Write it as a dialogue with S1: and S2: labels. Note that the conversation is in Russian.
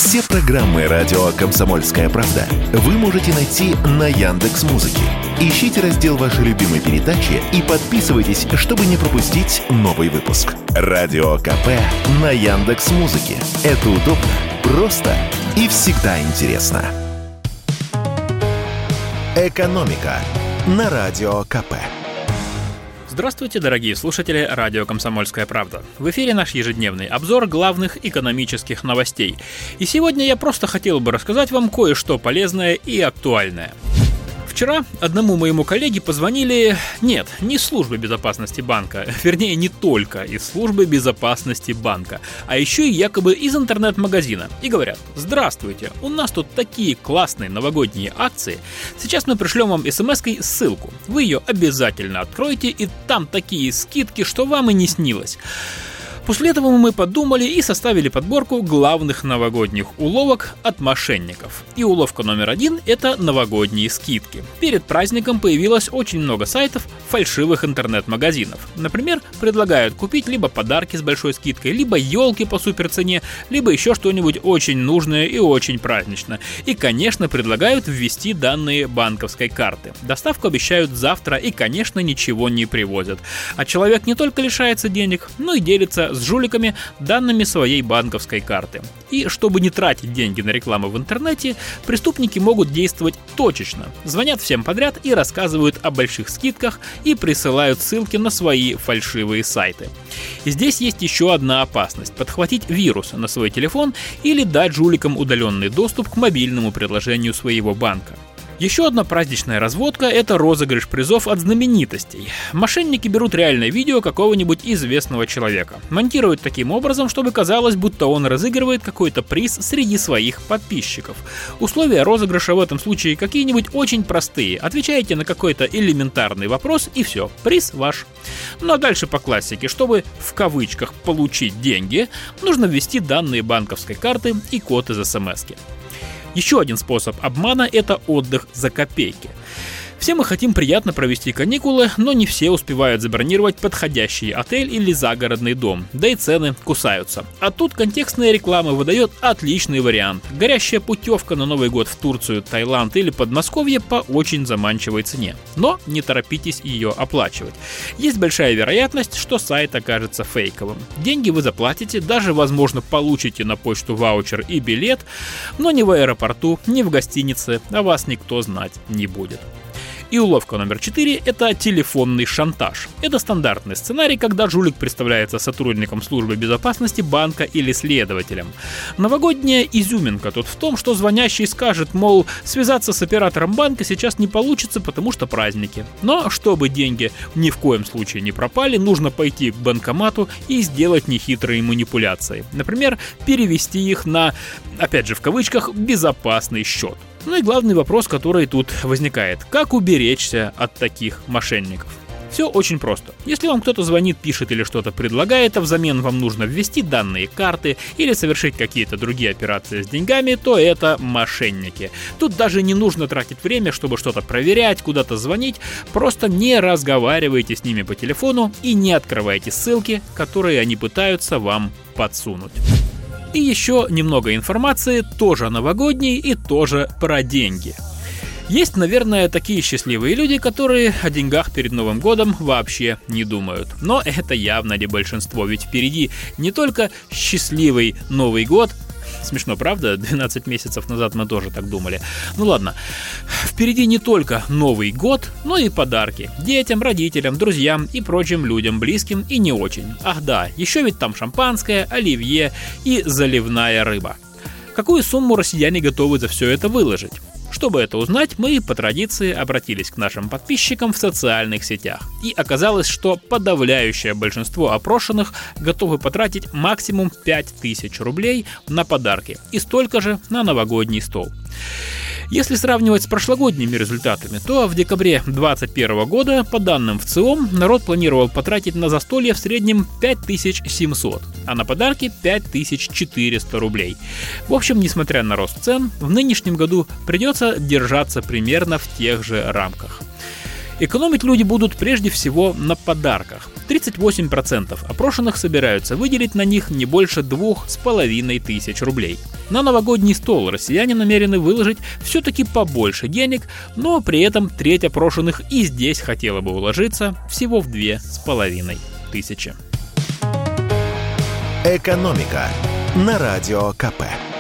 S1: Все программы радио «Комсомольская правда» вы можете найти на Яндекс.Музыке. Ищите раздел вашей любимой передачи и подписывайтесь, чтобы не пропустить новый выпуск. Радио КП на Яндекс.Музыке. Это удобно, просто и всегда интересно. «Экономика» на Радио КП.
S2: Здравствуйте, дорогие слушатели радио «Комсомольская правда». В эфире наш ежедневный обзор главных экономических новостей. И сегодня я просто хотел бы рассказать вам кое-что полезное и актуальное. Вчера одному моему коллеге позвонили, не из службы безопасности банка, вернее, не только из службы безопасности банка, а еще и якобы из интернет-магазина. И говорят: здравствуйте, у нас тут такие классные новогодние акции, сейчас мы пришлем вам смс-кой ссылку, вы ее обязательно откроете, и там такие скидки, что вам и не снилось. После этого мы подумали и составили подборку главных новогодних уловок от мошенников. И уловка номер 1 – это новогодние скидки. Перед праздником появилось очень много сайтов фальшивых интернет-магазинов. Например, предлагают купить либо подарки с большой скидкой, либо елки по суперцене, либо еще что-нибудь очень нужное и очень праздничное. И, конечно, предлагают ввести данные банковской карты. Доставку обещают завтра и, конечно, ничего не привозят. А человек не только лишается денег, но и делится с жуликами данными своей банковской карты. И чтобы не тратить деньги на рекламу в интернете, преступники могут действовать точечно. Звонят всем подряд и рассказывают о больших скидках и присылают ссылки на свои фальшивые сайты. И здесь есть еще одна опасность – подхватить вирус на свой телефон или дать жуликам удаленный доступ к мобильному приложению своего банка. Еще одна праздничная разводка – это розыгрыш призов от знаменитостей. Мошенники берут реальное видео какого-нибудь известного человека, монтируют таким образом, чтобы казалось, будто он разыгрывает какой-то приз среди своих подписчиков. Условия розыгрыша в этом случае какие-нибудь очень простые. Отвечаете на какой-то элементарный вопрос и все, приз ваш. Ну а дальше по классике, чтобы в кавычках получить деньги, нужно ввести данные банковской карты и код из смс-ки. Еще один способ обмана – это отдых за копейки. Все мы хотим приятно провести каникулы, но не все успевают забронировать подходящий отель или загородный дом, да и цены кусаются. А тут контекстная реклама выдает отличный вариант. Горящая путевка на Новый год в Турцию, Таиланд или Подмосковье по очень заманчивой цене. Но не торопитесь ее оплачивать. Есть большая вероятность, что сайт окажется фейковым. Деньги вы заплатите, даже, возможно, получите на почту ваучер и билет, но ни в аэропорту, ни в гостинице о вас никто знать не будет. И уловка номер 4 – это телефонный шантаж. Это стандартный сценарий, когда жулик представляется сотрудником службы безопасности банка или следователем. Новогодняя изюминка тут в том, что звонящий скажет, мол, связаться с оператором банка сейчас не получится, потому что праздники. Но чтобы деньги ни в коем случае не пропали, нужно пойти к банкомату и сделать нехитрые манипуляции. Например, перевести их на, опять же в кавычках, безопасный счет. Ну и главный вопрос, который тут возникает: как уберечься от таких мошенников? Все очень просто. Если вам кто-то звонит, пишет или что-то предлагает, а взамен вам нужно ввести данные карты или совершить какие-то другие операции с деньгами, то это мошенники. Тут даже не нужно тратить время, чтобы что-то проверять, куда-то звонить. Просто не разговаривайте с ними по телефону и не открывайте ссылки, которые они пытаются вам подсунуть. И еще немного информации, тоже новогодней и тоже про деньги. Есть, наверное, такие счастливые люди, которые о деньгах перед Новым годом вообще не думают. Но это явно не большинство, ведь впереди не только счастливый Новый год. Смешно, правда? 12 месяцев назад мы тоже так думали. Ну ладно. Впереди не только Новый год, но и подарки детям, родителям, друзьям и прочим людям, близким и не очень. Ах да, еще ведь там шампанское, оливье и заливная рыба. Какую сумму россияне готовы за все это выложить? Чтобы это узнать, мы по традиции обратились к нашим подписчикам в социальных сетях. И оказалось, что подавляющее большинство опрошенных готовы потратить максимум 5000 рублей на подарки и столько же на новогодний стол. Если сравнивать с прошлогодними результатами, то в декабре 2021 года, по данным ВЦИОМ, народ планировал потратить на застолье в среднем 5700, а на подарки 5400 рублей. В общем, несмотря на рост цен, в нынешнем году придется держаться примерно в тех же рамках. Экономить люди будут прежде всего на подарках. 38% опрошенных собираются выделить на них не больше 2500 рублей. На новогодний стол россияне намерены выложить все-таки побольше денег, но при этом треть опрошенных и здесь хотела бы уложиться всего в 2500.
S1: «Экономика» на Радио КП.